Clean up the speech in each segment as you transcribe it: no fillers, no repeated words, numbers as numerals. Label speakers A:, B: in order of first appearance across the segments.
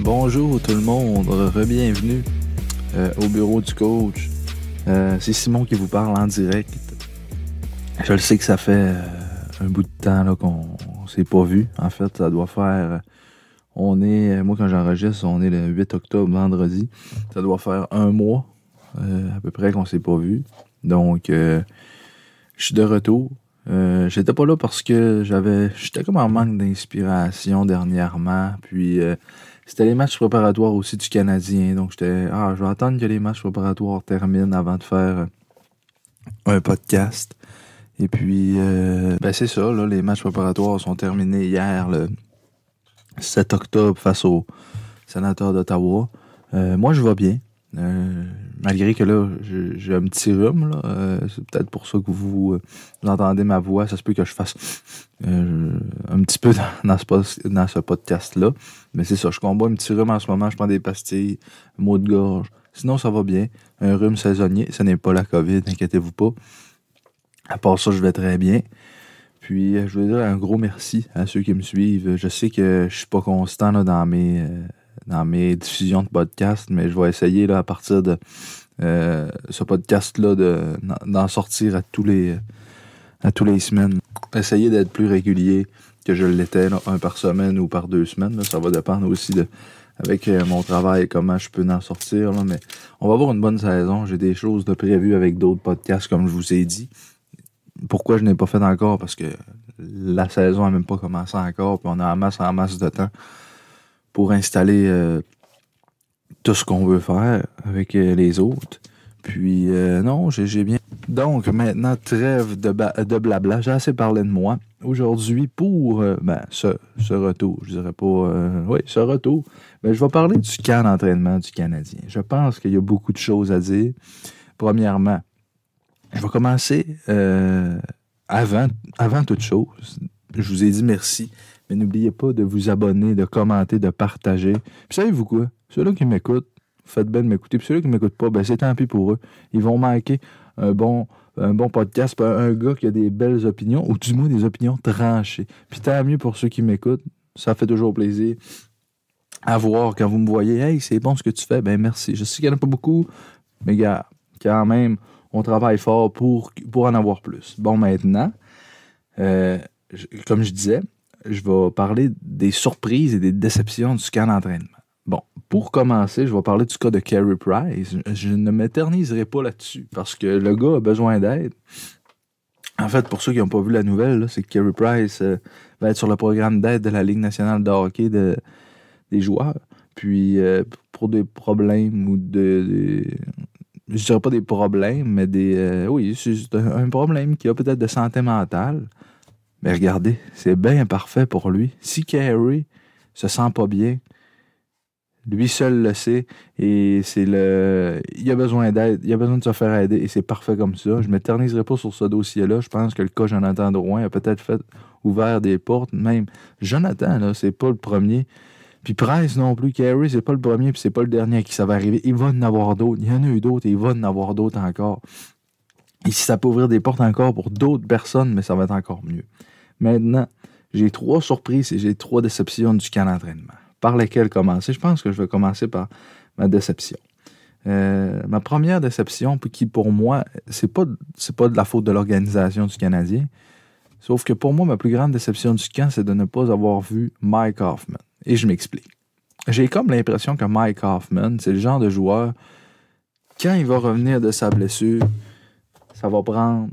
A: Bonjour tout le monde, re-bienvenue au bureau du coach. C'est Simon qui vous parle en direct. Je le sais que ça fait un bout de temps là, qu'on s'est pas vu. En fait, ça doit faire... moi quand j'enregistre, on est le 8 octobre, vendredi. Ça doit faire un mois à peu près qu'on s'est pas vu. Donc, je suis de retour. J'étais pas là parce que j'étais comme en manque d'inspiration dernièrement. Puis... c'était les matchs préparatoires aussi du Canadien. Donc, je vais attendre que les matchs préparatoires terminent avant de faire un podcast. Et puis, c'est ça, là, les matchs préparatoires sont terminés hier, le 7 octobre, face aux Sénateurs d'Ottawa. Moi, je vais bien. Malgré que là, j'ai un petit rhume, là. C'est peut-être pour ça que vous entendez ma voix. Ça se peut que je fasse un petit peu dans ce podcast-là. Mais c'est ça, je combats un petit rhume en ce moment. Je prends des pastilles, maux de gorge. Sinon, ça va bien. Un rhume saisonnier, ce n'est pas la COVID, inquiétez-vous pas. À part ça, je vais très bien. Puis, je veux dire un gros merci à ceux qui me suivent. Je sais que je suis pas constant là, dans mes diffusions de podcasts, mais je vais essayer là, à partir de ce podcast-là d'en sortir à tous les semaines. Essayer d'être plus régulier que je l'étais, là, un par semaine ou par 2 semaines. Là. Ça va dépendre aussi avec mon travail, comment je peux en sortir. Là. Mais on va avoir une bonne saison. J'ai des choses de prévues avec d'autres podcasts, comme je vous ai dit. Pourquoi je n'ai pas fait encore? Parce que la saison n'a même pas commencé encore, puis on a en masse de temps pour installer tout ce qu'on veut faire avec les autres. Puis, non, j'ai bien... Donc, maintenant, trêve de blabla. J'ai assez parlé de moi. Aujourd'hui, pour ce retour, je dirais pas... ce retour, je vais parler du camp d'entraînement du Canadien. Je pense qu'il y a beaucoup de choses à dire. Premièrement, je vais commencer avant toute chose. Je vous ai dit merci. Mais n'oubliez pas de vous abonner, de commenter, de partager. Puis savez-vous quoi? Ceux-là qui m'écoutent, faites bien de m'écouter. Puis ceux-là qui ne m'écoutent pas, c'est tant pis pour eux. Ils vont manquer un bon podcast, un gars qui a des belles opinions, ou du moins des opinions tranchées. Puis tant mieux pour ceux qui m'écoutent. Ça fait toujours plaisir à voir quand vous me voyez. « Hey, c'est bon ce que tu fais. » Ben merci. Je sais qu'il n'y en a pas beaucoup, mais gars, quand même, on travaille fort pour en avoir plus. Bon, maintenant, comme je disais, je vais parler des surprises et des déceptions du camp d'entraînement. Bon, pour commencer, je vais parler du cas de Carey Price. Je ne m'éterniserai pas là-dessus parce que le gars a besoin d'aide. En fait, pour ceux qui n'ont pas vu la nouvelle, là, c'est que Carey Price va être sur le programme d'aide de la Ligue nationale de hockey des joueurs. Puis, pour des problèmes ou je dirais pas des problèmes, mais c'est un problème qui a peut-être de santé mentale. Mais regardez, c'est bien parfait pour lui. Si Carey se sent pas bien, lui seul le sait, et il a besoin d'aide, il a besoin de se faire aider, et c'est parfait comme ça. Je ne m'éterniserai pas sur ce dossier-là. Je pense que le cas Jonathan Drouin a peut-être ouvert des portes. Même Jonathan, là, c'est pas le premier. Puis Price non plus. Carey, c'est pas le premier, puis c'est pas le dernier à qui ça va arriver. Il va en avoir d'autres. Il y en a eu d'autres, et il va en avoir d'autres encore. Et si ça peut ouvrir des portes encore pour d'autres personnes, mais ça va être encore mieux. Maintenant, j'ai 3 surprises et j'ai 3 déceptions du camp d'entraînement. Par lesquelles commencer? Je pense que je vais commencer par ma déception. Ma première déception, qui pour moi, c'est pas de la faute de l'organisation du Canadien, sauf que pour moi, ma plus grande déception du camp, c'est de ne pas avoir vu Mike Hoffman. Et je m'explique. J'ai comme l'impression que Mike Hoffman, c'est le genre de joueur, quand il va revenir de sa blessure, ça va prendre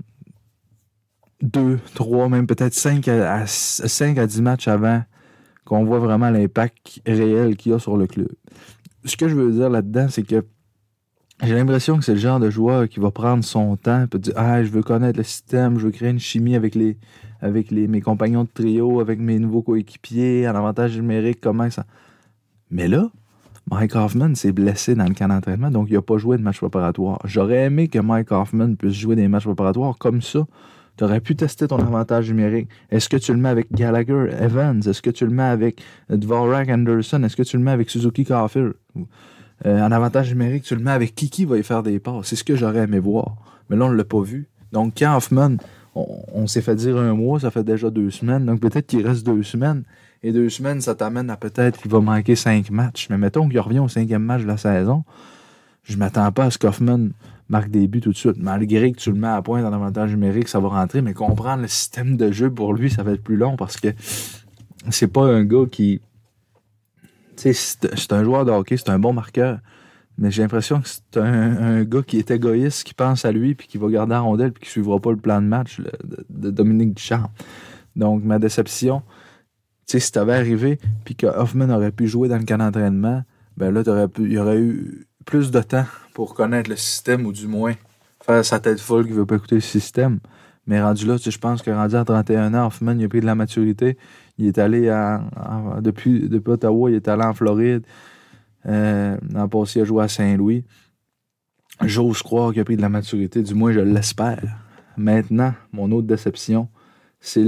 A: 2, 3, même peut-être 5 à 10 matchs avant qu'on voit vraiment l'impact réel qu'il y a sur le club. Ce que je veux dire là-dedans, c'est que j'ai l'impression que c'est le genre de joueur qui va prendre son temps et dire « Ah, je veux connaître le système, je veux créer une chimie avec mes compagnons de trio, avec mes nouveaux coéquipiers, en avantage numérique, comment ça... » Mais là, Mike Hoffman s'est blessé dans le camp d'entraînement, donc il n'a pas joué de match préparatoire. J'aurais aimé que Mike Hoffman puisse jouer des matchs préparatoires comme ça. Tu aurais pu tester ton avantage numérique. Est-ce que tu le mets avec Gallagher, Evans? Est-ce que tu le mets avec Dvorak, Anderson? Est-ce que tu le mets avec Suzuki Caulfield? En avantage numérique, tu le mets avec qui va y faire des passes? C'est ce que j'aurais aimé voir. Mais là, on ne l'a pas vu. Donc, quand Hoffman, on s'est fait dire 1 mois, ça fait déjà 2 semaines. Donc, peut-être qu'il reste 2 semaines. Et 2 semaines, ça t'amène à peut-être qu'il va manquer 5 matchs. Mais mettons qu'il revient au 5e match de la saison. Je m'attends pas à ce qu'Hoffman marque des buts tout de suite. Malgré que tu le mets à point dans l'avantage numérique, ça va rentrer. Mais comprendre le système de jeu pour lui, ça va être plus long parce que c'est pas un gars qui... Tu sais, c'est un joueur de hockey, c'est un bon marqueur. Mais j'ai l'impression que c'est un gars qui est égoïste, qui pense à lui, puis qui va garder la rondelle, puis qui ne suivra pas le plan de match de Dominique Ducharme. Donc, ma déception, tu sais, si t'avais arrivé, puis que Hoffman aurait pu jouer dans le camp d'entraînement, ben là, il y aurait eu plus de temps pour connaître le système, ou du moins faire sa tête folle qui veut pas écouter le système. Mais rendu là, tu sais, je pense que rendu à 31 ans, Hoffman, il a pris de la maturité. Il est allé depuis Ottawa, il est allé en Floride. L'an passé, il a joué à Saint-Louis. J'ose croire qu'il a pris de la maturité, du moins je l'espère. Maintenant, mon autre déception, c'est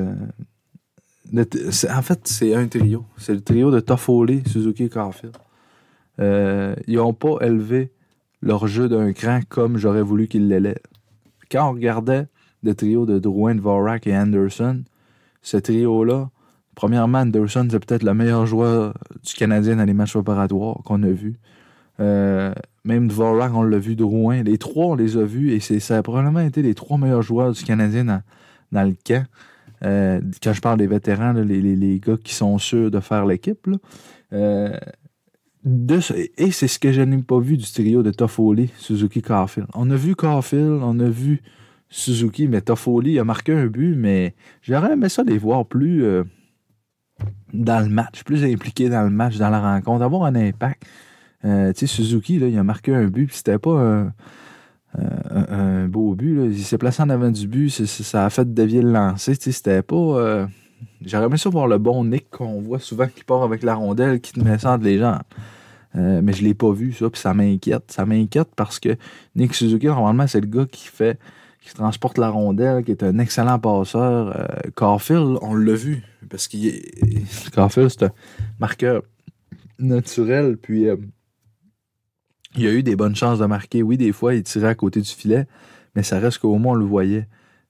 A: en fait, c'est un trio. C'est le trio de Toffoli, Suzuki et Caulfield. Ils n'ont pas élevé leur jeu d'un cran comme j'aurais voulu qu'ils l'élèvent. Quand on regardait le trio de Drouin, Dvorak et Anderson, ce trio-là, premièrement, Anderson, c'est peut-être le meilleur joueur du Canadien dans les matchs préparatoires qu'on a vus. Même Dvorak, on l'a vu, Drouin. Les trois, on les a vus et ça a probablement été les 3 meilleurs joueurs du Canadien dans le camp. Quand je parle des vétérans, là, les gars qui sont sûrs de faire l'équipe. Et c'est ce que je n'ai pas vu du trio de Toffoli, Suzuki, Caulfield. On a vu Caulfield, on a vu Suzuki, mais Toffoli a marqué un but, mais j'aurais aimé ça les voir plus dans le match, plus impliqués dans le match, dans la rencontre, avoir un impact. Tu sais, Suzuki, là, il a marqué un but, puis c'était pas un beau but. Là. Il s'est placé en avant du but, ça a fait dévier le lancer. Tu sais, c'était pas... J'aurais aimé ça voir le bon Nick qu'on voit souvent qui part avec la rondelle, qui te met ça entre les jambes. Mais je l'ai pas vu, ça, puis ça m'inquiète. Ça m'inquiète parce que Nick Suzuki, normalement, c'est le gars qui transporte la rondelle, qui est un excellent passeur. Caulfield, on l'a vu, parce que Caulfield, c'est un marqueur naturel, puis il a eu des bonnes chances de marquer. Oui, des fois, il tirait à côté du filet, mais ça reste qu'au moins, on le voyait.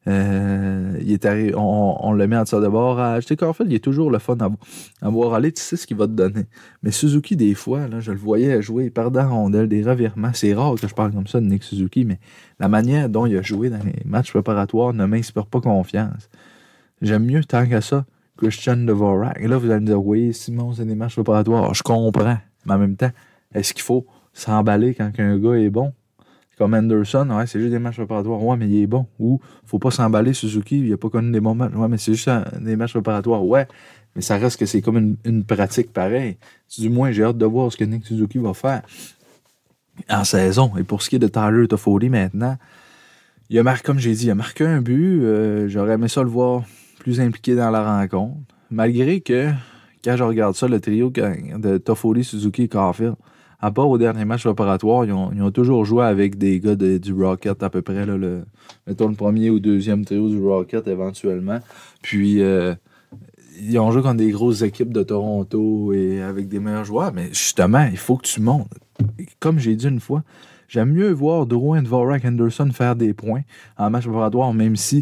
A: On le met en tir de barrage. Tu sais, Caulfield, il est toujours le fun à voir aller. Tu sais ce qu'il va te donner. Mais Suzuki, des fois, là, je le voyais jouer, il perdait en rondelle, des revirements. C'est rare que je parle comme ça de Nick Suzuki, mais la manière dont il a joué dans les matchs préparatoires ne m'inspire pas confiance. J'aime mieux, tant qu'à ça, Christian Dvorak. Et là, vous allez me dire, oui, Simon, c'est des matchs préparatoires. Je comprends. Mais en même temps, est-ce qu'il faut s'emballer quand un gars est bon? Comme Anderson, ouais, c'est juste des matchs préparatoires. Ouais, mais il est bon. Ou, faut pas s'emballer, Suzuki, il a pas connu des bons matchs. Ouais, mais c'est juste des matchs préparatoires. Ouais, mais ça reste que c'est comme une pratique pareille. Du moins, j'ai hâte de voir ce que Nick Suzuki va faire en saison. Et pour ce qui est de Tyler Toffoli maintenant, comme j'ai dit, il a marqué un but. J'aurais aimé ça le voir plus impliqué dans la rencontre. Malgré que, quand je regarde ça, le trio de Toffoli, Suzuki et Caulfield, à part au dernier match préparatoire, ils ont toujours joué avec des gars du Rocket à peu près. Là, mettons le premier ou deuxième trio du Rocket éventuellement. Puis, ils ont joué contre des grosses équipes de Toronto et avec des meilleurs joueurs. Mais justement, il faut que tu montes. Comme j'ai dit une fois, j'aime mieux voir Drouin, Dvorak, Anderson faire des points en match préparatoire, même si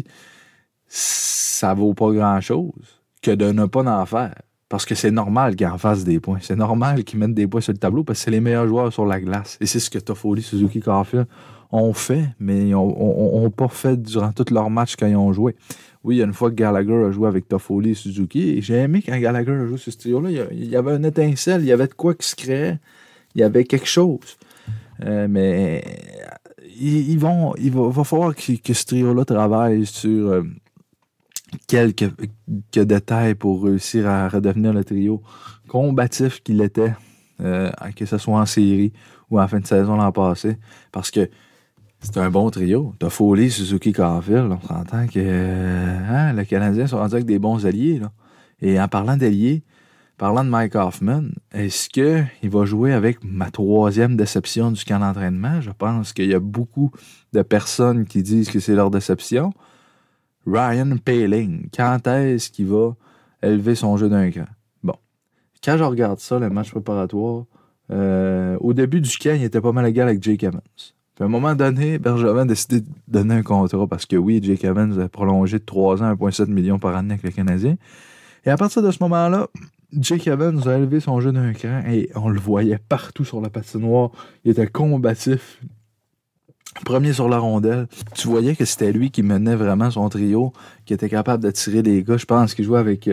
A: ça vaut pas grand-chose, que de ne pas en faire. Parce que c'est normal qu'ils en fassent des points. C'est normal qu'ils mettent des points sur le tableau parce que c'est les meilleurs joueurs sur la glace. Et c'est ce que Toffoli, Suzuki, Caulfield ont fait, mais ils n'ont pas fait durant tous leurs matchs quand ils ont joué. Oui, il y a une fois que Gallagher a joué avec Toffoli et Suzuki. Et j'ai aimé quand Gallagher a joué sur ce trio-là. Il y avait une étincelle, il y avait de quoi qui se créait. Il y avait quelque chose. Mais il va falloir que ce trio-là travaille sur... quelques détails pour réussir à redevenir le trio combatif qu'il était, que ce soit en série ou en fin de saison l'an passé, parce que c'est un bon trio. Toffoli, Suzuki, Caulfield, on s'entend que les Canadiens sont rendus avec des bons alliés. Là. Et en parlant d'alliés, parlant de Mike Hoffman, est-ce qu'il va jouer avec ma 3e déception du camp d'entraînement? Je pense qu'il y a beaucoup de personnes qui disent que c'est leur déception. Ryan Poehling, quand est-ce qu'il va élever son jeu d'un cran? Bon, quand je regarde ça, le match préparatoire, au début du camp, il était pas mal égal avec Jake Evans. Puis à un moment donné, Bergevin a décidé de donner un contrat parce que oui, Jake Evans a prolongé de 3 ans, 1,7 million par année avec le Canadien. Et à partir de ce moment-là, Jake Evans a élevé son jeu d'un cran et on le voyait partout sur la patinoire. Il était combatif. Premier sur la rondelle. Tu voyais que c'était lui qui menait vraiment son trio, qui était capable d'attirer les gars. Je pense qu'il jouait avec,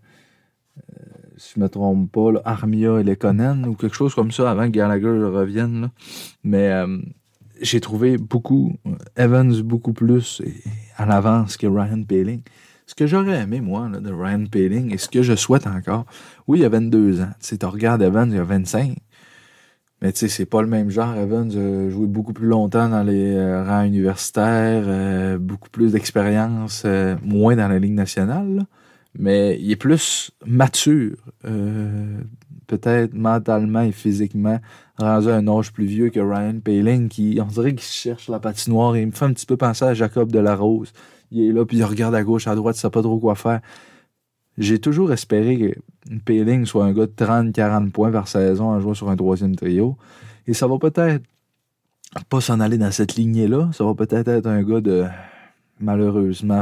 A: si je me trompe pas, là, Armia et Lekonen ou quelque chose comme ça avant que Gallagher revienne. Là. Mais j'ai trouvé Evans beaucoup plus en avance que Ryan Poehling. Ce que j'aurais aimé, moi, là, de Ryan Poehling, et ce que je souhaite encore, oui, il a 22 ans. Tu regardes Evans, il a 25. Mais tu sais, c'est pas le même genre. Evans a joué beaucoup plus longtemps dans les rangs universitaires, beaucoup plus d'expérience, moins dans la Ligue nationale. Là. Mais il est plus mature, peut-être mentalement et physiquement, rendu à un âge plus vieux que Ryan Poehling, qui, on dirait qu'il cherche la patinoire. Et il me fait un petit peu penser à Jacob Delarose. Il est là, puis il regarde à gauche, à droite, il sait pas trop quoi faire. J'ai toujours espéré que Poehling soit un gars de 30-40 points par saison en jouant sur un troisième trio. Et ça va peut-être pas s'en aller dans cette lignée-là. Ça va peut-être être un gars de, malheureusement,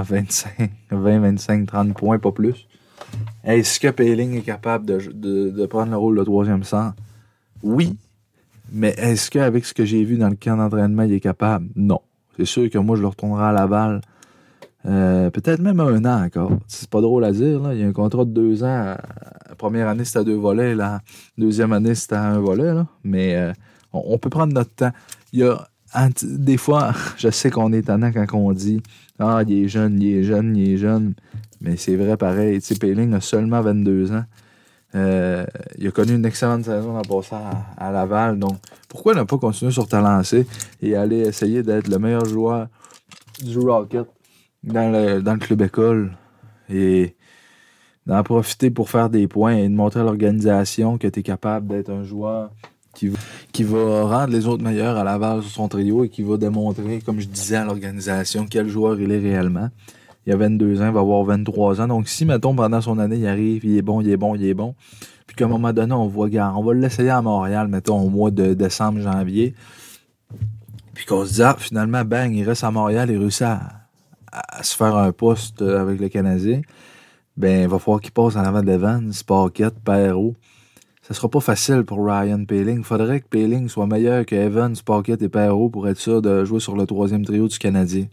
A: 25, 30 points, pas plus. Est-ce que Poehling est capable de prendre le rôle de troisième centre? Oui. Mais est-ce qu'avec ce que j'ai vu dans le camp d'entraînement, il est capable? Non. C'est sûr que moi, je le retournerai à Laval. Peut-être même 1 an encore. C'est pas drôle à dire. Là. Il y a un contrat de 2 ans. La première année, c'était à 2 volets. La deuxième année, c'était à 1 volet. Là. Mais on peut prendre notre temps. Il y a des fois, je sais qu'on est étonnant quand on dit « Ah, il est jeune, il est jeune, il est jeune. » Mais c'est vrai pareil. Tu sais, Poehling a seulement 22 ans. Il a connu une excellente saison en passant à Laval. Donc, pourquoi ne pas continuer sur ta lancée et aller essayer d'être le meilleur joueur du Rocket dans le club école et d'en profiter pour faire des points et de montrer à l'organisation que tu es capable d'être un joueur qui va rendre les autres meilleurs à Laval sur son trio et qui va démontrer, comme je disais à l'organisation, quel joueur il est réellement. Il a 22 ans, il va avoir 23 ans. Donc si, mettons, pendant son année, il arrive, il est bon, puis qu'à un moment donné, on va l'essayer à Montréal, mettons, au mois de décembre, janvier, puis qu'on se dit, finalement, bang, il reste à Montréal, il réussit à se faire un poste avec le Canadien, ben, il va falloir qu'il passe en avant d'Evans, Paquette, Perreault. Ça sera pas facile pour Ryan Poehling. Il faudrait que Poehling soit meilleur que Evans, Paquette et Perreault pour être sûr de jouer sur le troisième trio du Canadien.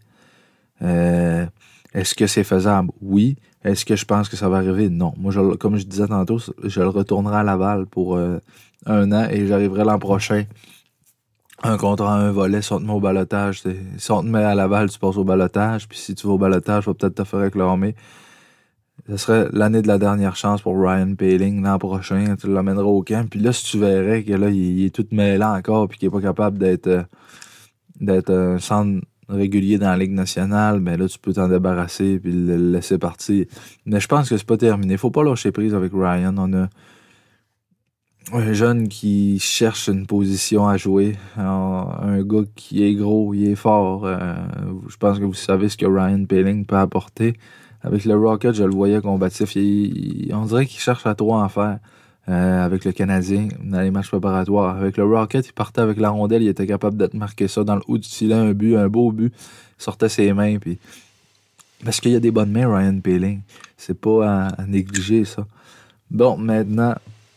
A: Est-ce que c'est faisable? Oui. Est-ce que je pense que ça va arriver? Non. Moi, comme je disais tantôt, je le retournerai à Laval pour 1 an et j'arriverai l'an prochain. Un contrat à 1 volet, si on te met au balotage. Si on te met à Laval, tu passes au balotage. Puis si tu vas au balotage, je vais peut-être te faire réclamer. Ce serait l'année de la dernière chance pour Ryan Poehling l'an prochain. Tu l'amèneras au camp. Puis là, si tu verrais que là, il est tout mêlé encore puis qu'il n'est pas capable d'être un centre régulier dans la Ligue nationale, ben là, tu peux t'en débarrasser puis le laisser partir. Mais je pense que c'est pas terminé. Faut pas lâcher prise avec Ryan. On a un jeune qui cherche une position à jouer. Un gars qui est gros, il est fort. Je pense que vous savez ce que Ryan Poehling peut apporter. Avec le Rocket, je le voyais combatif. On dirait qu'il cherche à trop en faire avec le Canadien dans les matchs préparatoires. Avec le Rocket, il partait avec la rondelle, il était capable de te marquer ça dans le haut du filet, un beau but. Il sortait ses mains. Puis... Parce qu'il y a des bonnes mains, Ryan Poehling. C'est pas à négliger, ça. Bon, maintenant,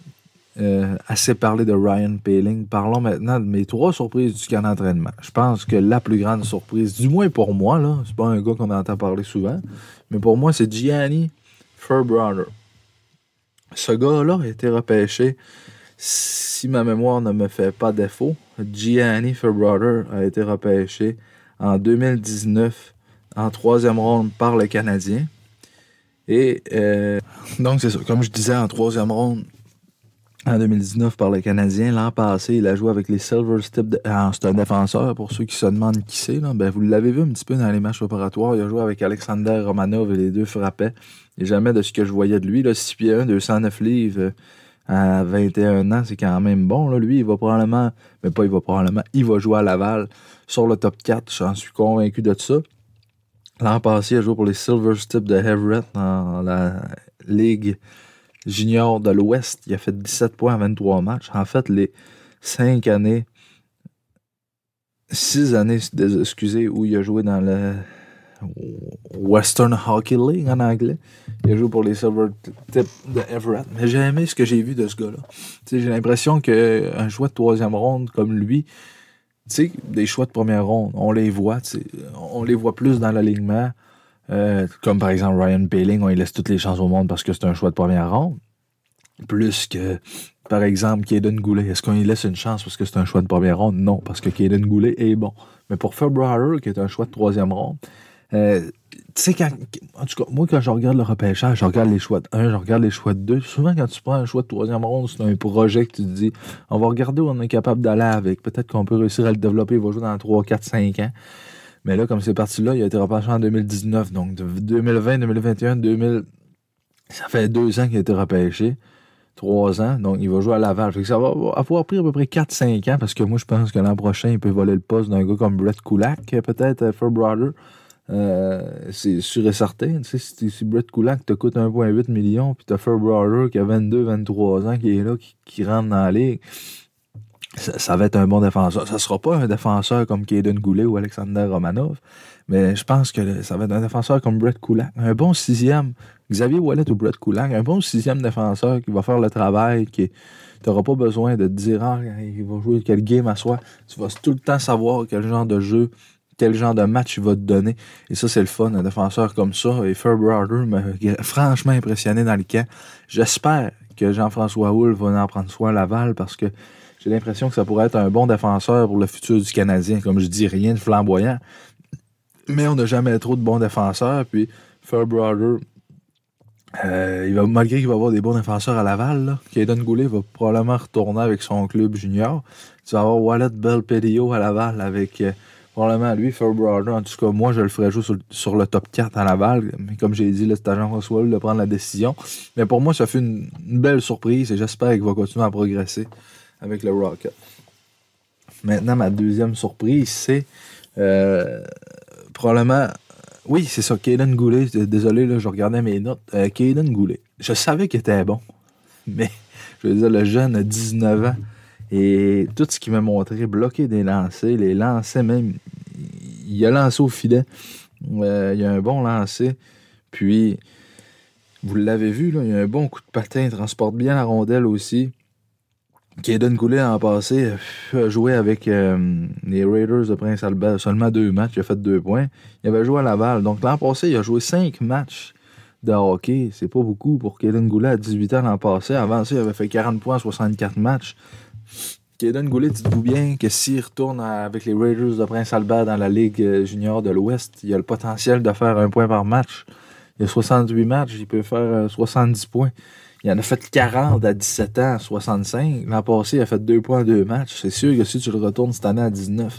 A: assez parlé de Ryan Poehling. Parlons maintenant de mes 3 surprises du camp d'entraînement. Je pense que la plus grande surprise, du moins pour moi, là, c'est pas un gars qu'on entend parler souvent, mais pour moi, c'est Gianni Fairbrother. Ce gars-là a été repêché, si ma mémoire ne me fait pas défaut, Gianni Fairbrother a été repêché en 2019 en 3e ronde par le Canadien. Et donc, c'est ça. Comme je disais, en 3e ronde, en 2019 par le Canadien. L'an passé, il a joué avec les Silver Stip. C'est un défenseur, pour ceux qui se demandent qui c'est. Là. Ben, vous l'avez vu un petit peu dans les matchs opératoires. Il a joué avec Alexander Romanov et les deux frappaient. Et jamais de ce que je voyais de lui. Là, 6 pieds 1, 209 livres à 21 ans, c'est quand même bon. Là. Lui, il va probablement... Mais pas il va probablement. Il va jouer à Laval sur le top 4. J'en suis convaincu de ça. L'an passé, il a joué pour les Silver Stip de Everett dans la Ligue junior de l'Ouest. Il a fait 17 points en 23 matchs. En fait, les 6 années, excusez, où il a joué dans Western Hockey League en anglais. Il a joué pour les Silvertips de Everett. Mais j'ai aimé ce que j'ai vu de ce gars-là. T'sais, j'ai l'impression qu'un choix de troisième ronde comme lui, des choix de première ronde, on les voit plus dans l'alignement. Comme par exemple Ryan Poehling, on lui laisse toutes les chances au monde parce que c'est un choix de première ronde. Plus que, par exemple, Kaden Goulet. Est-ce qu'on lui laisse une chance parce que c'est un choix de première ronde? Non, parce que Kaden Goulet est bon. Mais pour February, qui est un choix de troisième ronde, en tout cas, moi, quand je regarde le repêchage, je regarde les choix de 1, je regarde les choix de 2. Souvent, quand tu prends un choix de troisième ronde, c'est un projet que tu te dis, on va regarder où on est capable d'aller avec. Peut-être qu'on peut réussir à le développer, il va jouer dans 3, 4, 5 ans. Mais là, comme c'est parti là, il a été repêché en 2019. Donc, de 2020, 2021, 2000... Ça fait 2 ans qu'il a été repêché. 3 ans. Donc, il va jouer à Laval. Fait que ça va avoir pris à peu près 4-5 ans parce que moi, je pense que l'an prochain, il peut voler le poste d'un gars comme Brett Kulak, peut-être, Fairbrother. C'est sûr et certain. Tu sais, si Brett Kulak te coûte 1,8 million, puis t'as Fairbrother qui a 22-23 ans, qui est là, qui rentre dans la ligue, ça va être un bon défenseur. Ça sera pas un défenseur comme Kaden Goulet ou Alexander Romanov, mais je pense que ça va être un défenseur comme Brett Kulak. Un bon sixième. Xavier Ouellet ou Brett Kulak, un bon sixième défenseur qui va faire le travail, qui t'auras pas besoin de te dire il va jouer quel game à soi. Tu vas tout le temps savoir quel genre de jeu, quel genre de match il va te donner. Et ça, c'est le fun, un défenseur comme ça. Et Fairbrother m'a franchement impressionné dans le camp. J'espère que Jean-François Houle va en prendre soin à Laval parce que j'ai l'impression que ça pourrait être un bon défenseur pour le futur du Canadien. Comme je dis, rien de flamboyant. Mais on n'a jamais trop de bons défenseurs. Puis Fairbrother, malgré qu'il va avoir des bons défenseurs à Laval, Kaden Goulet va probablement retourner avec son club junior. Tu vas avoir Wallet Belpedio à Laval avec probablement lui, Fairbrother. En tout cas, moi, je le ferais jouer sur le top 4 à Laval. Mais comme j'ai dit, c'est à Jean-François de prendre la décision. Mais pour moi, ça fait une belle surprise et j'espère qu'il va continuer à progresser avec le Rocket. Maintenant, ma deuxième surprise, c'est probablement... Oui, c'est ça, Kaden Goulet. Désolé, là, je regardais mes notes. Kaden Goulet. Je savais qu'il était bon, mais je veux dire, le jeune a 19 ans et tout ce qu'il m'a montré, bloquer des lancers, les lancers même, il a lancé au filet. Il a un bon lancer. Puis, vous l'avez vu, là, il a un bon coup de patin, il transporte bien la rondelle aussi. Kaden Goulet, en passé, a joué avec les Raiders de Prince Albert. Seulement 2 matchs, il a fait 2 points. Il avait joué à Laval. Donc l'an passé, il a joué 5 matchs de hockey. C'est pas beaucoup pour Kaden Goulet à 18 ans l'an passé. Avant ça, il avait fait 40 points en 64 matchs. Kaden Goulet, dites-vous bien que s'il retourne avec les Raiders de Prince Albert dans la Ligue junior de l'Ouest, il a le potentiel de faire 1 point par match. Il a 68 matchs, il peut faire 70 points. Il en a fait 40 à 17 ans, à 65. L'an passé, il a fait 2 points en 2 matchs. C'est sûr que si tu le retournes cette année à 19,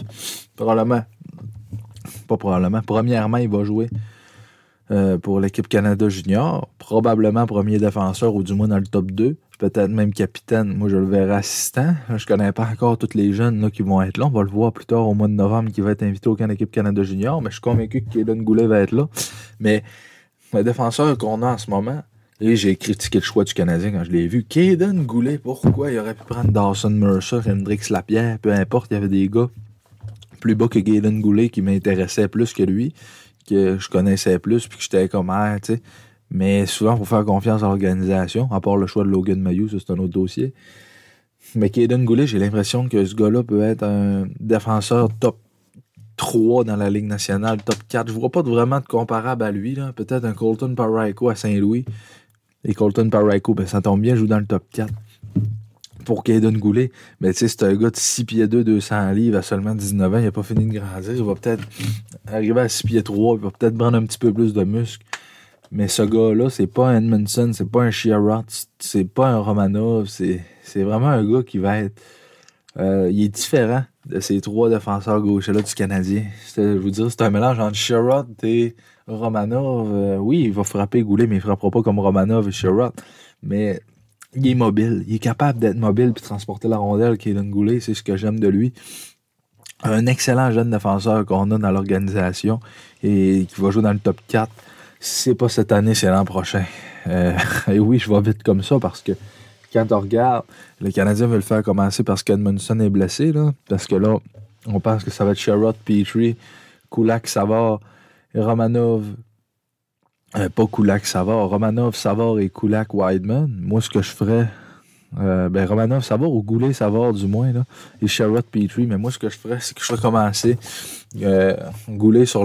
A: premièrement, il va jouer pour l'équipe Canada Junior. Probablement premier défenseur, ou du moins dans le top 2. Peut-être même capitaine. Moi, je le verrai assistant. Je connais pas encore tous les jeunes là, qui vont être là. On va le voir plus tard au mois de novembre qui va être invité au camp d'équipe Canada Junior. Mais je suis convaincu que Kaden Goulet va être là. Mais le défenseur qu'on a en ce moment, et j'ai critiqué le choix du Canadien quand je l'ai vu. Kaden Goulet, pourquoi il aurait pu prendre Dawson Mercer, Hendrix Lapierre, peu importe, il y avait des gars plus bas que Kaden Goulet qui m'intéressaient plus que lui, que je connaissais plus, puis que j'étais comme tu sais. Mais souvent, il faut faire confiance à l'organisation, à part le choix de Logan Mayou, ça c'est un autre dossier. Mais Kaden Goulet, j'ai l'impression que ce gars-là peut être un défenseur top 3 dans la Ligue nationale, top 4. Je vois pas vraiment de comparable à lui, là. Peut-être un Colton Parayko à Saint-Louis. Et Colton Parayko, ça tombe bien, joue dans le top 4 pour Kaden Goulet. Mais tu sais, c'est un gars de 6 pieds 2, 200 livres à seulement 19 ans. Il n'a pas fini de grandir. Il va peut-être arriver à 6 pieds 3. Il va peut-être prendre un petit peu plus de muscles. Mais ce gars-là, c'est pas un Edmondson, c'est pas un Chiarot, c'est pas un Romanov. C'est vraiment un gars qui va être... il est différent de ces 3 défenseurs gauchers-là du Canadien. Je vous dire, c'est un mélange entre Chiarot et Romanov. Oui, il va frapper Goulet, mais il ne frappera pas comme Romanov et Chiarot. Mais il est mobile. Il est capable d'être mobile et de transporter la rondelle. Kaden Goulet, c'est ce que j'aime de lui. Un excellent jeune défenseur qu'on a dans l'organisation et qui va jouer dans le top 4. Si c'est pas cette année, c'est l'an prochain. Et oui, je vais vite comme ça parce que quand on regarde, le Canadien veut le faire commencer parce qu'Edmondson est blessé, là, parce que là, on pense que ça va être Sherrod, Petrie, Kulak, Savard Romanov, pas Kulak, Savard. Romanov, Savard et Kulak, Wideman. Moi, ce que je ferais, Romanov, Savard ou Goulet, Savard du moins, là, et Sherrod, Petrie. Mais moi, ce que je ferais, c'est que je ferais commencer Goulet sur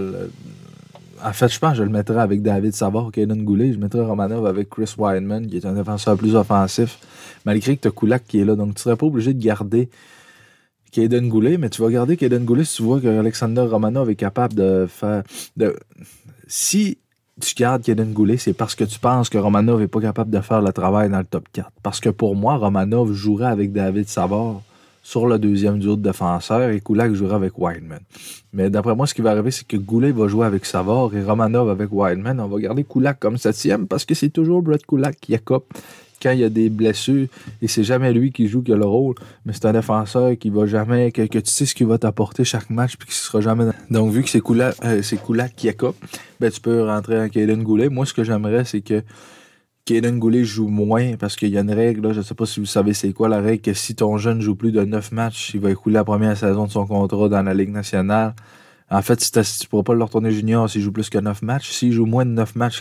A: En fait, je pense que je le mettrais avec David Savard, Caden Goulet. Je mettrais Romanov avec Chris Wideman, qui est un défenseur plus offensif, malgré que tu as Kulak qui est là. Donc, tu serais pas obligé de garder Caden Goulet, mais tu vas garder Caden Goulet si tu vois que Alexander Romanov est capable de faire... Si tu gardes Caden Goulet, c'est parce que tu penses que Romanov n'est pas capable de faire le travail dans le top 4. Parce que pour moi, Romanov jouerait avec David Savard sur le deuxième duo de défenseurs et Kulak jouera avec Wideman. Mais d'après moi, ce qui va arriver, c'est que Goulet va jouer avec Savard et Romanov avec Wideman. On va garder Kulak comme 7e parce que c'est toujours Brett Kulak qui accoupe quand il y a des blessures et c'est jamais lui qui joue qui a le rôle, mais c'est un défenseur qui va jamais, que tu sais ce qu'il va t'apporter chaque match puis qui sera jamais... Donc vu que c'est Kulak qui accoupe, tu peux rentrer en Caden Goulet. Moi, ce que j'aimerais, c'est que Caden Goulet joue moins parce qu'il y a une règle, là, je ne sais pas si vous savez c'est quoi la règle, que si ton jeune joue plus de 9 matchs, il va écouler la première saison de son contrat dans la Ligue nationale. En fait, si tu ne pourras pas le retourner junior s'il joue plus que 9 matchs. S'il joue moins de 9 matchs,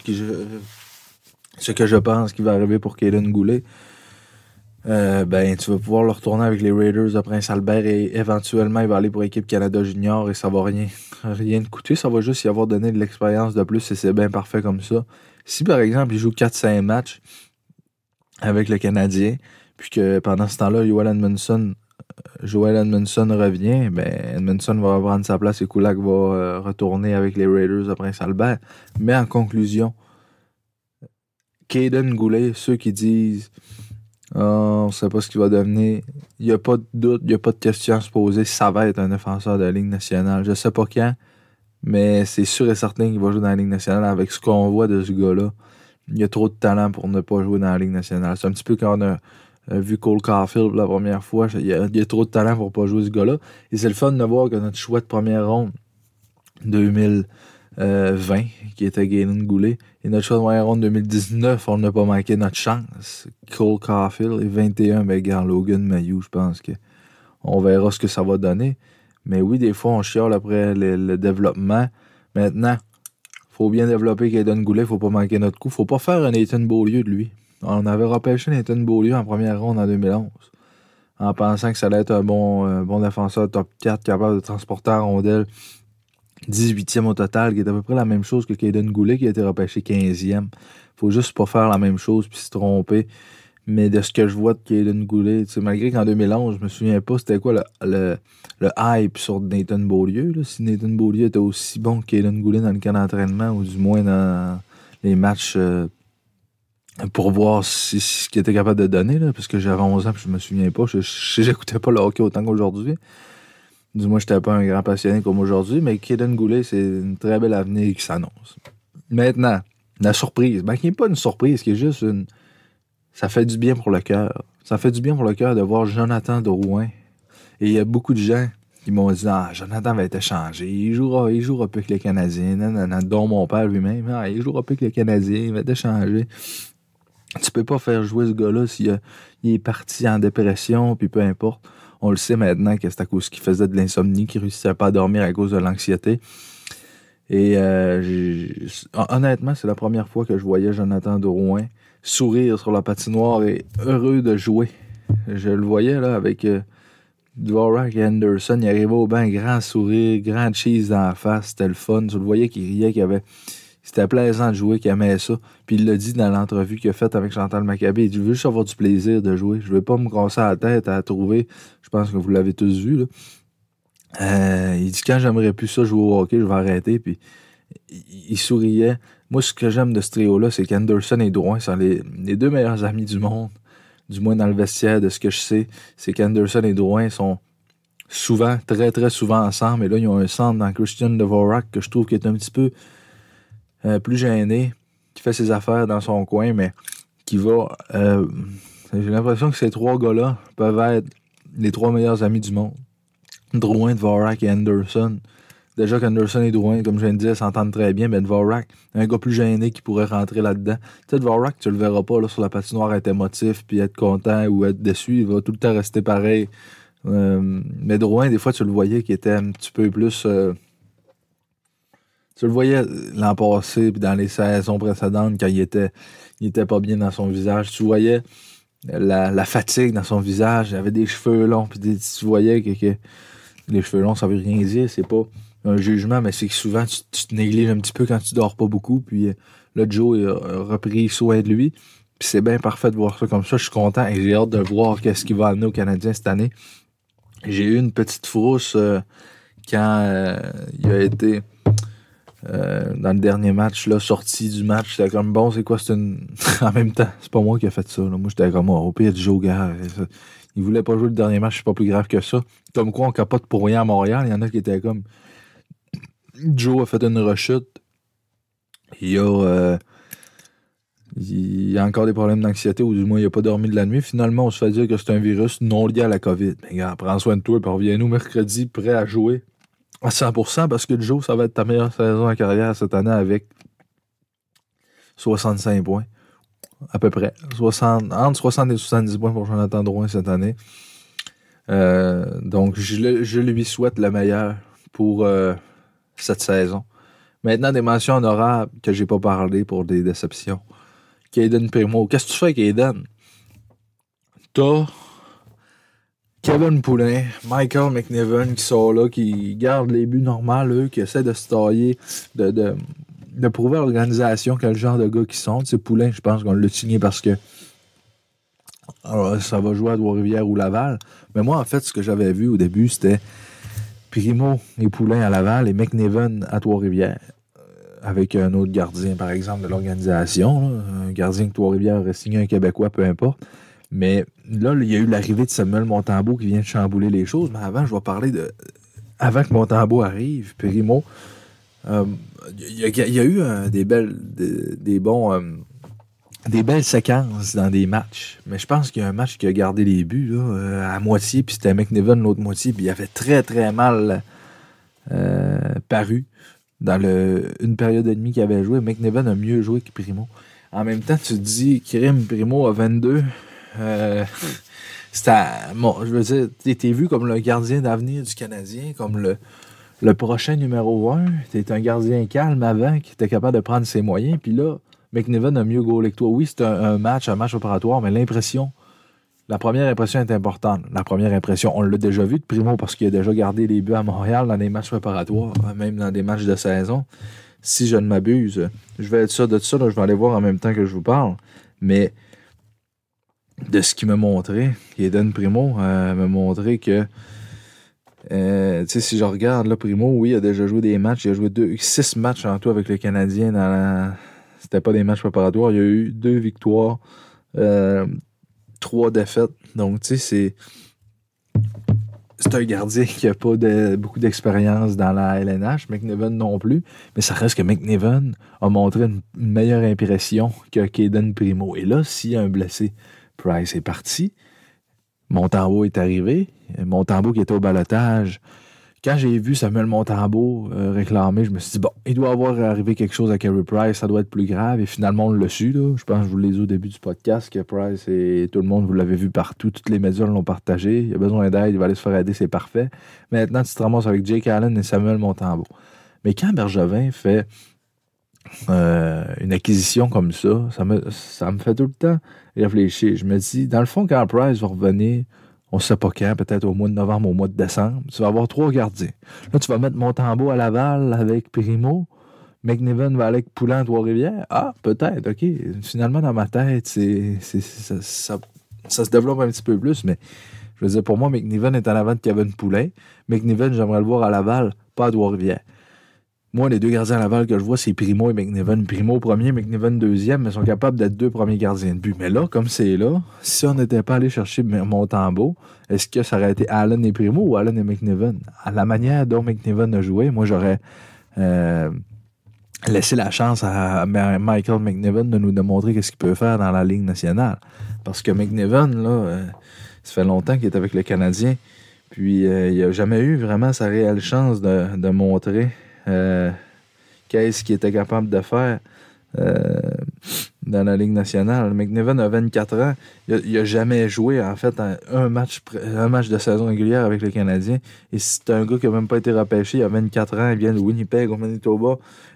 A: ce que je pense qui va arriver pour Caden Goulet, tu vas pouvoir le retourner avec les Raiders de Prince-Albert et éventuellement il va aller pour l'équipe Canada Junior et ça va rien te coûter, ça va juste y avoir donné de l'expérience de plus et c'est bien parfait comme ça. Si par exemple il joue 4-5 matchs avec le Canadien, puis que pendant ce temps-là, Joel Edmondson revient, Edmondson va prendre sa place et Kulak va retourner avec les Raiders de Prince-Albert. Mais en conclusion, Caden Goulet, ceux qui disent on ne sait pas ce qu'il va devenir, il n'y a pas de doute, il n'y a pas de question à se poser, ça va être un défenseur de la Ligue nationale. Je ne sais pas quand, mais c'est sûr et certain qu'il va jouer dans la Ligue nationale avec ce qu'on voit de ce gars-là. Il y a trop de talent pour ne pas jouer dans la Ligue nationale. C'est un petit peu quand on a vu Cole Caulfield la première fois. Il y a trop de talent pour ne pas jouer ce gars-là. Et c'est le fun de voir que notre choix de première ronde 2020, qui était Caden Goulet, et notre choix de première ronde 2019, on n'a pas manqué notre chance. Cole Caulfield et 21, Logan Mayou, je pense qu'on verra ce que ça va donner. Mais oui, des fois, on chiale après le développement. Maintenant, il faut bien développer Caden Goulet, il ne faut pas manquer notre coup. Il ne faut pas faire un Nathan Beaulieu de lui. On avait repêché Nathan Beaulieu en première ronde en 2011, en pensant que ça allait être un bon défenseur top 4, capable de transporter en rondelle 18e au total, qui est à peu près la même chose que Caden Goulet, qui a été repêché 15e. Il faut juste pas faire la même chose puis se tromper. Mais de ce que je vois de Caden Goulet, malgré qu'en 2011, je me souviens pas c'était quoi le hype sur Nathan Beaulieu. Là, si Nathan Beaulieu était aussi bon que Caden Goulet dans le camp d'entraînement, ou du moins dans les matchs pour voir ce qu'il était capable de donner, là, parce que j'avais 11 ans et je me souviens pas. J'écoutais pas le hockey autant qu'aujourd'hui. Du moins, j'étais pas un grand passionné comme aujourd'hui, mais Caden Goulet, c'est une très belle avenir qui s'annonce. Maintenant, la surprise, qui n'est pas une surprise, qui est juste une... Ça fait du bien pour le cœur. Ça fait du bien pour le cœur de voir Jonathan Drouin. Et il y a beaucoup de gens qui m'ont dit « Ah, Jonathan va être échangé. Il jouera plus avec les Canadiens. » Dont mon père lui-même. « Ah, il jouera plus avec les Canadiens. Il va être échangé. » Tu peux pas faire jouer ce gars-là s'il est parti en dépression, puis peu importe. On le sait maintenant que c'est à cause qu'il faisait de l'insomnie, qu'il réussissait pas à dormir à cause de l'anxiété. Et honnêtement, c'est la première fois que je voyais Jonathan Drouin sourire sur la patinoire et heureux de jouer. Je le voyais là avec Dvorak et Anderson. Il arrivait au banc, grand sourire, grand cheese dans la face. C'était le fun. Tu le voyais qu'il riait, c'était plaisant de jouer, qu'il aimait ça. Puis il l'a dit dans l'entrevue qu'il a faite avec Chantal Maccabé. Il dit « Je veux juste avoir du plaisir de jouer. Je veux pas me casser la tête à trouver. » Je pense que vous l'avez tous vu, là. Il dit « Quand j'aimerais plus ça jouer au hockey, je vais arrêter. » Puis il souriait. Moi, ce que j'aime de ce trio-là, c'est qu'Anderson et Drouin sont les deux meilleurs amis du monde. Du moins dans le vestiaire, de ce que je sais, c'est qu'Anderson et Drouin sont souvent, très très souvent ensemble. Et là, ils ont un centre dans Christian Dvorak que je trouve qui est un petit peu plus gêné, qui fait ses affaires dans son coin, mais qui va... j'ai l'impression que ces trois gars-là peuvent être les trois meilleurs amis du monde. Drouin, Dvorak et Anderson. Déjà qu'Anderson et Drouin, comme je viens de dire, s'entendent très bien, mais Dvorak, un gars plus gêné qui pourrait rentrer là-dedans. Tu sais, Dvorak, tu le verras pas là, sur la patinoire être émotif, puis être content ou être déçu, il va tout le temps rester pareil. Mais Drouin, des fois, tu le voyais qui était un petit peu plus... Tu le voyais l'an passé, puis dans les saisons précédentes, quand il était pas bien dans son visage. Tu voyais la fatigue dans son visage. Il avait des cheveux longs, puis tu voyais que les cheveux longs, ça veut rien dire. C'est pas un jugement, mais c'est que souvent, tu te négliges un petit peu quand tu dors pas beaucoup. Puis là, Joe il a repris soin de lui. Puis c'est bien parfait de voir ça comme ça. Je suis content et j'ai hâte de voir qu'est-ce qu'il va amener aux Canadiens cette année. J'ai eu une petite frousse quand il a été dans le dernier match, là, sorti du match. C'était comme, bon, c'est quoi? En même temps, c'est pas moi qui ai fait ça. Là. Moi, j'étais comme, au pire du Joe, gars. Il voulait pas jouer le dernier match, c'est pas plus grave que ça. Comme quoi, on capote pour rien à Montréal. Il y en a qui étaient comme, Joe a fait une rechute. Il a encore des problèmes d'anxiété, ou du moins, il a pas dormi de la nuit. Finalement, on se fait dire que c'est un virus non lié à la COVID. Mais gars, prends soin de toi, puis reviens-nous mercredi, prêt à jouer à 100%, parce que Joe, ça va être ta meilleure saison en carrière cette année avec 65 points. À peu près. Entre 60 et 70 points pour Jonathan Drouin cette année. Donc, je lui souhaite le meilleur pour cette saison. Maintenant, des mentions honorables que j'ai pas parlé pour des déceptions. Caden Primo. Qu'est-ce que tu fais avec Caden? T'as Kevin Poulin, Michael McNiven qui sont là, qui gardent les buts normaux, eux, qui essaient de se tailler, de prouver à l'organisation quel genre de gars qu'ils sont. C'est Poulin, je pense qu'on l'a signé parce que alors, ça va jouer à Trois-Rivières ou Laval. Mais moi, en fait, ce que j'avais vu au début, c'était Primo et Poulin à Laval et McNiven à Trois-Rivières. Avec un autre gardien, par exemple, de l'organisation. Là. Un gardien que Trois-Rivières aurait signé, un Québécois, peu importe. Mais là, il y a eu l'arrivée de Samuel Montembeault qui vient de chambouler les choses. Mais avant, je vais parler de... Avant que Montembeault arrive, Primo, il y a eu des belles séquences dans des matchs. Mais je pense qu'il y a un match qui a gardé les buts là, à moitié, puis c'était McNiven l'autre moitié, puis il avait très, très mal paru dans une période et demie qu'il avait joué. McNiven a mieux joué que Primo. En même temps, tu te dis, Primo a 22... bon, je veux dire, t'es vu comme le gardien d'avenir du Canadien, comme le prochain numéro 1. T'es un gardien calme avant, qui était capable de prendre ses moyens. Puis là, McNiven a mieux goalé que toi. Oui, c'est un match opératoire, mais la première impression est importante. La première impression, on l'a déjà vu de Primo parce qu'il a déjà gardé les buts à Montréal dans des matchs préparatoires, même dans des matchs de saison. Si je ne m'abuse, je vais être sûr de ça, là, je vais aller voir en même temps que je vous parle. Mais de ce qu'il m'a montré, Caden Primo m'a montré que tu sais, si je regarde là, Primo, oui, il a déjà joué des matchs, il a joué 6 matchs en tout avec le Canadien c'était pas des matchs préparatoires, il y a eu 2 victoires, 3 défaites. Donc tu sais, c'est un gardien qui n'a pas beaucoup d'expérience dans la LNH, McNiven non plus, mais ça reste que McNiven a montré une meilleure impression que Caden Primo. Et là, s'il y a un blessé, Price est parti. Montembeault est arrivé. Montembeault qui était au balotage. Quand j'ai vu Samuel Montembeault réclamer, je me suis dit, bon, il doit avoir arrivé quelque chose à Carey Price, ça doit être plus grave. Et finalement, on l'a su. Là. Je pense que je vous l'ai dit au début du podcast, que Price et tout le monde, vous l'avez vu partout. Tous les médias l'ont partagé. Il a besoin d'aide, il va aller se faire aider, c'est parfait. Maintenant, tu te ramasses avec Jake Allen et Samuel Montembeault. Mais quand Bergevin fait une acquisition comme ça me fait tout le temps réfléchir. Je me dis, dans le fond, quand Price va revenir, on ne sait pas quand, peut-être au mois de novembre, au mois de décembre, tu vas avoir 3 gardiens. Là, tu vas mettre Montembeault à Laval avec Primo, McNiven va aller avec Poulin à Trois-Rivières. Ah, peut-être, OK. Finalement, dans ma tête, ça se développe un petit peu plus, mais je veux dire, pour moi, McNiven est en avant de Kevin Poulin. McNiven, j'aimerais le voir à Laval, pas à Trois-Rivières. Moi, les 2 gardiens à Laval que je vois, c'est Primo et McNiven. Primo premier, McNiven deuxième, mais ils sont capables d'être 2 premiers gardiens de but. Mais là, comme c'est là, si on n'était pas allé chercher Montembeault, est-ce que ça aurait été Allen et Primo ou Allen et McNiven? À la manière dont McNiven a joué, moi, j'aurais laissé la chance à Michael McNiven de nous démontrer qu'est-ce qu'il peut faire dans la Ligue nationale. Parce que McNiven, là, ça fait longtemps qu'il est avec le Canadien, puis il n'a jamais eu vraiment sa réelle chance de montrer qu'est-ce qu'il était capable de faire dans la Ligue nationale. McNiven a 24 ans. Il a jamais joué, en fait, un match de saison régulière avec le Canadien. Et c'est un gars qui n'a même pas été repêché. Il a 24 ans. Il vient de Winnipeg, au Manitoba.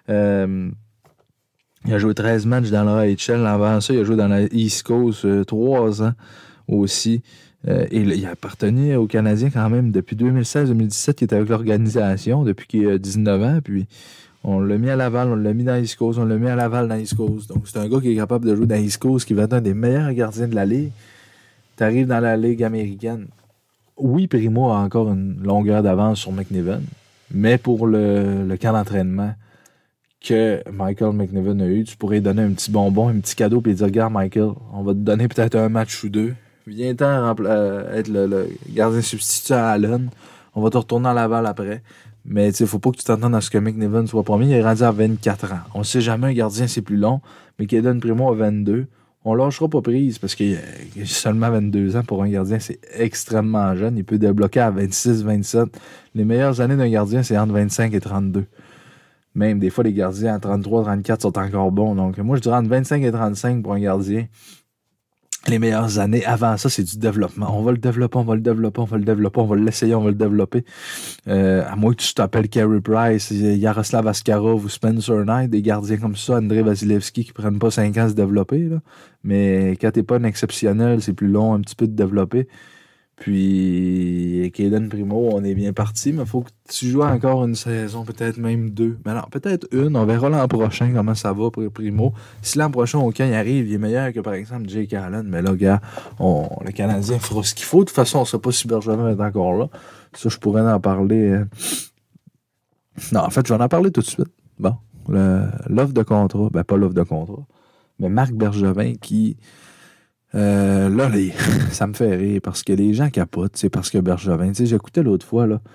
A: Il a joué 13 matchs dans l'AHL. Avant ça, il a joué dans la East Coast 3 ans aussi. Et il a appartenu aux Canadiens quand même depuis 2016-2017, qui était avec l'organisation, depuis qu'il a 19 ans. Puis on l'a mis à Laval, on l'a mis dans East Coast, on l'a mis à Laval dans East Coast. Donc c'est un gars qui est capable de jouer dans East Coast, qui va être un des meilleurs gardiens de la Ligue. Tu arrives dans la Ligue américaine. Oui, Primo a encore une longueur d'avance sur McNiven, mais pour le camp d'entraînement que Michael McNiven a eu, tu pourrais lui donner un petit bonbon, un petit cadeau, puis dire, regarde Michael, on va te donner peut-être un match ou deux. Viens-t'en être le gardien substitut à Allen. On va te retourner à Laval après. Mais il ne faut pas que tu t'entendes à ce que McNiven soit premier. Il est rendu à 24 ans. On ne sait jamais, un gardien, c'est plus long. Mais Kaden Primo a 22. On ne lâchera pas prise parce qu'il a seulement 22 ans pour un gardien. C'est extrêmement jeune. Il peut débloquer à 26, 27. Les meilleures années d'un gardien, c'est entre 25 et 32. Même des fois, les gardiens à 33, 34 sont encore bons. Donc, moi, je dirais entre 25 et 35 pour un gardien. Les meilleures années, avant ça, c'est du développement. On va le développer, on va le développer, on va le développer, on va l'essayer, on va le développer. À moins que tu t'appelles Carey Price, Yaroslav Askarov ou Spencer Knight, des gardiens comme ça, Andrei Vasilevski, qui prennent pas 5 ans à se développer. Là. Mais quand t'es pas un exceptionnel, c'est plus long un petit peu de développer. Puis, Kaden Primo, on est bien parti, mais il faut que tu joues encore une saison, peut-être même 2. Mais non, peut-être une. On verra l'an prochain comment ça va pour Primo. Si l'an prochain, au camp, il arrive, il est meilleur que, par exemple, Jake Allen. Mais là, gars, le Canadien fera ce qu'il faut. De toute façon, on ne sait pas si Bergevin est encore là. Ça, je pourrais en parler. Non, en fait, je vais en parler tout de suite. Bon, l'offre de contrat. Ben, pas l'offre de contrat. Mais Marc Bergevin qui... là, ça me fait rire parce que les gens capotent, c'est parce que Bergevin, j'écoutais l'autre fois, là,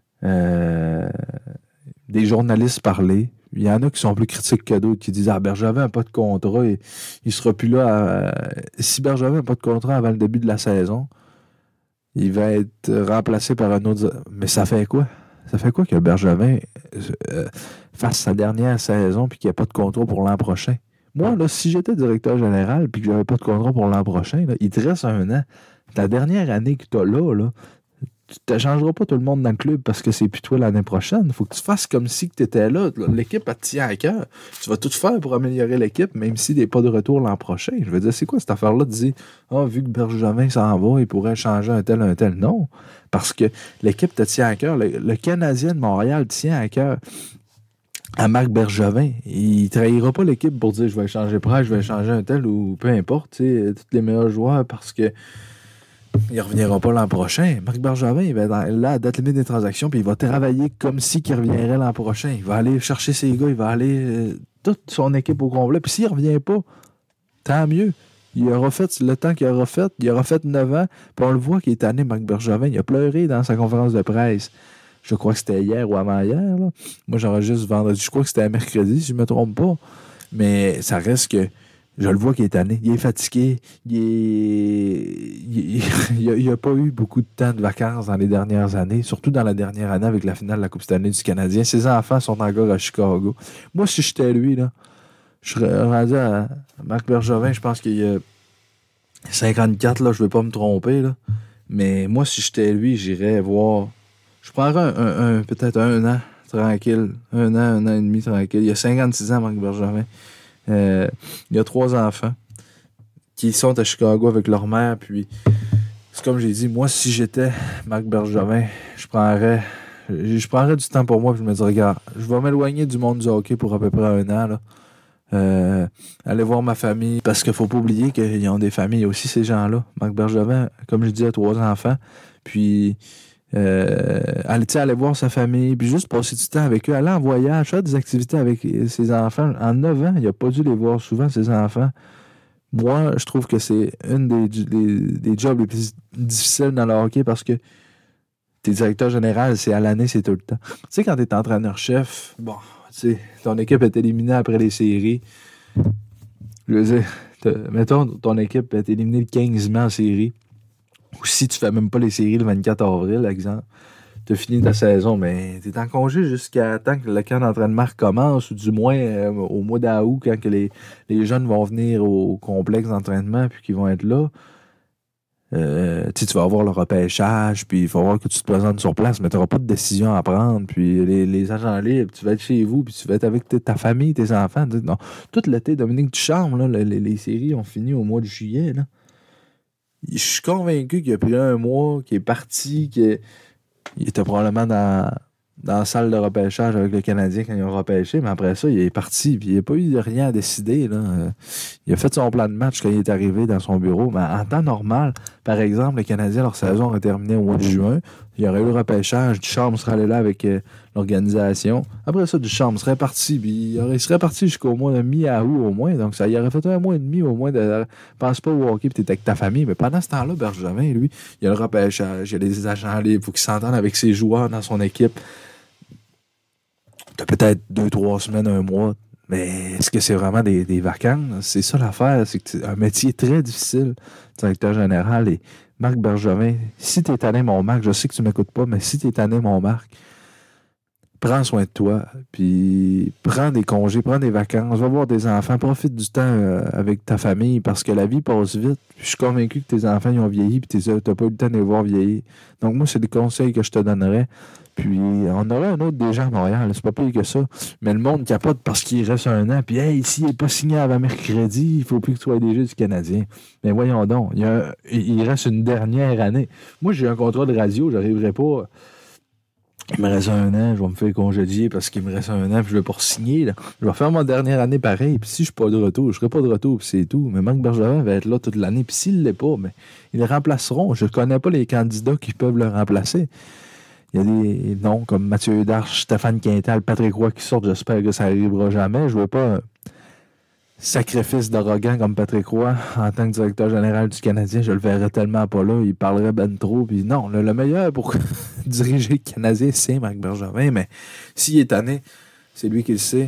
A: des journalistes parler. Il y en a qui sont plus critiques que d'autres, qui disent, Bergevin n'a pas de contrat, il sera plus là. Si Bergevin n'a pas de contrat avant le début de la saison, il va être remplacé par un autre. Mais ça fait quoi? Ça fait quoi que Bergevin fasse sa dernière saison et qu'il n'y ait pas de contrat pour l'an prochain? Moi, là, si j'étais directeur général et que je n'avais pas de contrat pour l'an prochain, là, il te reste 1 an. Ta dernière année que tu as là, tu ne changeras pas tout le monde dans le club parce que c'est plus toi l'année prochaine. Il faut que tu fasses comme si tu étais là. L'équipe, elle te tient à cœur. Tu vas tout faire pour améliorer l'équipe, même s'il n'est pas de retour l'an prochain. Je veux dire, c'est quoi cette affaire-là de dire, vu que Bergevin s'en va, il pourrait changer un tel. Non, parce que l'équipe te tient à cœur. Le Canadien de Montréal tient à cœur à Marc Bergevin. Il ne trahira pas l'équipe pour dire je vais changer Price, je vais changer un tel ou peu importe, tous les meilleurs joueurs parce que il ne reviendra pas l'an prochain. Marc Bergevin, il va être là à date limite des transactions, puis il va travailler comme si il reviendrait l'an prochain. Il va aller chercher ses gars, il va aller toute son équipe au complet. Puis s'il ne revient pas, tant mieux. Il aura fait le temps qu'il aura fait. Il aura fait 9 ans. Puis on le voit qu'il est tanné, Marc Bergevin. Il a pleuré dans sa conférence de presse. Je crois que c'était hier ou avant-hier. Là. Moi, j'enregistre vendredi. Je crois que c'était mercredi, si je ne me trompe pas. Mais ça reste que je le vois qu'il est tanné. Il est fatigué. Il n'a pas eu beaucoup de temps de vacances dans les dernières années, surtout dans la dernière année avec la finale de la Coupe Stanley du Canadien. Ses enfants sont encore à Chicago. Moi, si j'étais lui, là, je serais rendu à Marc Bergevin. Je pense qu'il y a 54, là, je ne vais pas me tromper. Là. Mais moi, si j'étais lui, j'irais voir... Je prendrais peut-être 1 an tranquille. 1 an et demi tranquille. Il y a 56 ans, Marc Bergevin. Il y a 3 enfants qui sont à Chicago avec leur mère. Puis, c'est comme j'ai dit, moi, si j'étais Marc Bergevin, je prendrais du temps pour moi. Puis je me dirais, regarde, je vais m'éloigner du monde du hockey pour à peu près 1 an. Là. Aller voir ma famille. Parce qu'il ne faut pas oublier qu'ils ont des familles aussi, ces gens-là. Marc Bergevin, comme je dis, a 3 enfants. Puis... aller voir sa famille, puis juste passer du temps avec eux, aller en voyage, faire des activités avec ses enfants. En 9 ans, il n'a pas dû les voir souvent, ses enfants. Moi, je trouve que c'est une des jobs les plus difficiles dans le hockey parce que t'es directeur général, c'est à l'année, c'est tout le temps. Tu sais, quand t'es entraîneur-chef, bon, tu sais, ton équipe est éliminée après les séries. Je veux dire, mettons, ton équipe est éliminée le 15 mai en série. Ou si tu fais même pas les séries le 24 avril, exemple, t'as fini ta saison, mais t'es en congé jusqu'à temps que le camp d'entraînement recommence, ou du moins au mois d'août, quand que les jeunes vont venir au complexe d'entraînement puis qu'ils vont être là. Tu vas avoir le repêchage, puis il faut voir que tu te présentes sur place, mais tu n'auras pas de décision à prendre. Puis les agents libres, tu vas être chez vous, puis tu vas être avec ta famille, tes enfants. Non. Tout l'été, Dominique Ducharme, là, les séries ont fini au mois de juillet. Là. Je suis convaincu qu'il a pris un mois, qu'il est parti, qu'il était probablement dans la salle de repêchage avec le Canadien quand ils ont repêché, mais après ça, il est parti, puis il n'a pas eu rien à décider. Là. Il a fait son plan de match quand il est arrivé dans son bureau, mais en temps normal, par exemple, les Canadiens, leur saison aurait terminé au mois de juin, il y aurait eu le repêchage, Ducharme serait allé là avec l'organisation. Après ça, Ducharme serait parti, puis il serait parti jusqu'au mois de mi-août au moins, donc ça il aurait fait un mois et demi au moins de... Pense pas au hockey, puis t'es avec ta famille, mais pendant ce temps-là, Bergevin, lui, il y a le repêchage, il y a les agents libres, il faut qu'il s'entende avec ses joueurs dans son équipe. T'as peut-être 2-3 semaines, un mois, mais est-ce que c'est vraiment des vacances? C'est ça l'affaire, c'est que c'est un métier très difficile, directeur général. Et Marc Bergevin, si t'es tanné, mon Marc, je sais que tu m'écoutes pas, mais si t'es tanné, mon Marc, prends soin de toi, puis prends des congés, prends des vacances, va voir des enfants, profite du temps avec ta famille, parce que la vie passe vite. Je suis convaincu que tes enfants ils ont vieilli, puis t'as pas eu le temps de les voir vieillir. Donc moi, c'est des conseils que je te donnerais. Puis on aurait un autre déjà à Montréal, c'est pas pire que ça. Mais le monde capote parce qu'il reste un an. Puis hey, s'il n'est pas signé avant mercredi, il faut plus que tu sois DG du Canadien. Mais voyons donc, il reste une dernière année. Moi, j'ai un contrat de radio, j'arriverai pas. Il me reste un an, je vais me faire congédier parce qu'il me reste un an, puis je vais pas signer. Je vais faire ma dernière année pareil, puis si je suis pas de retour, je serai pas de retour, puis c'est tout. Mais Marc Bergevin va être là toute l'année, puis s'il l'est pas, mais ils le remplaceront. Je connais pas les candidats qui peuvent le remplacer. Il y a des noms comme Mathieu Darche, Stéphane Quintal, Patrick Roy qui sortent. J'espère que ça n'arrivera jamais. Je veux pas un sacrifice d'arrogant comme Patrick Roy en tant que directeur général du Canadien. Je le verrais tellement pas là. Il parlerait ben trop. Puis non, le meilleur pour diriger le Canadien, c'est Marc Bergevin. Mais s'il est tanné, c'est lui qui le sait.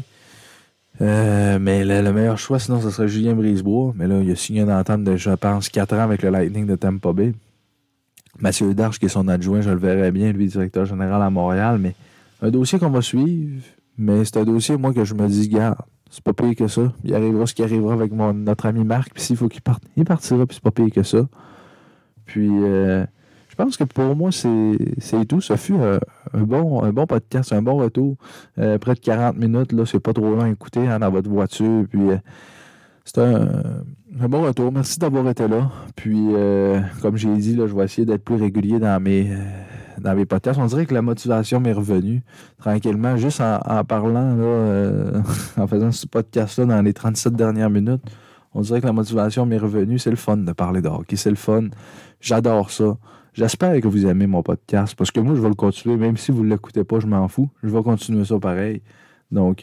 A: Mais le meilleur choix, sinon, ce serait Julien Brisebois. Mais là, il a signé une entente de, je pense, 4 ans avec le Lightning de Tampa Bay. Mathieu Darche, qui est son adjoint, je le verrais bien, lui, directeur général à Montréal, mais un dossier qu'on va suivre, mais c'est un dossier, moi, que je me dis, garde, c'est pas pire que ça. Il arrivera ce qui arrivera avec notre ami Marc, puis s'il faut qu'il parte, il partira, puis c'est pas pire que ça. Puis, je pense que pour moi, c'est tout. Ça fut un bon podcast, un bon retour. Près de 40 minutes, là, c'est pas trop long à écouter dans votre voiture, puis c'est un bon retour. Merci d'avoir été là. Puis, comme j'ai dit, là, je vais essayer d'être plus régulier dans mes podcasts. On dirait que la motivation m'est revenue tranquillement, juste en parlant, là, en faisant ce podcast-là dans les 37 dernières minutes. On dirait que la motivation m'est revenue. C'est le fun de parler de hockey. C'est le fun. J'adore ça. J'espère que vous aimez mon podcast parce que moi, je vais le continuer. Même si vous ne l'écoutez pas, je m'en fous. Je vais continuer ça pareil. Donc,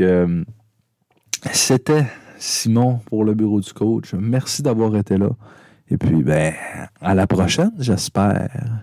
A: c'était Simon pour le bureau du coach. Merci d'avoir été là. Et puis, à la prochaine, j'espère.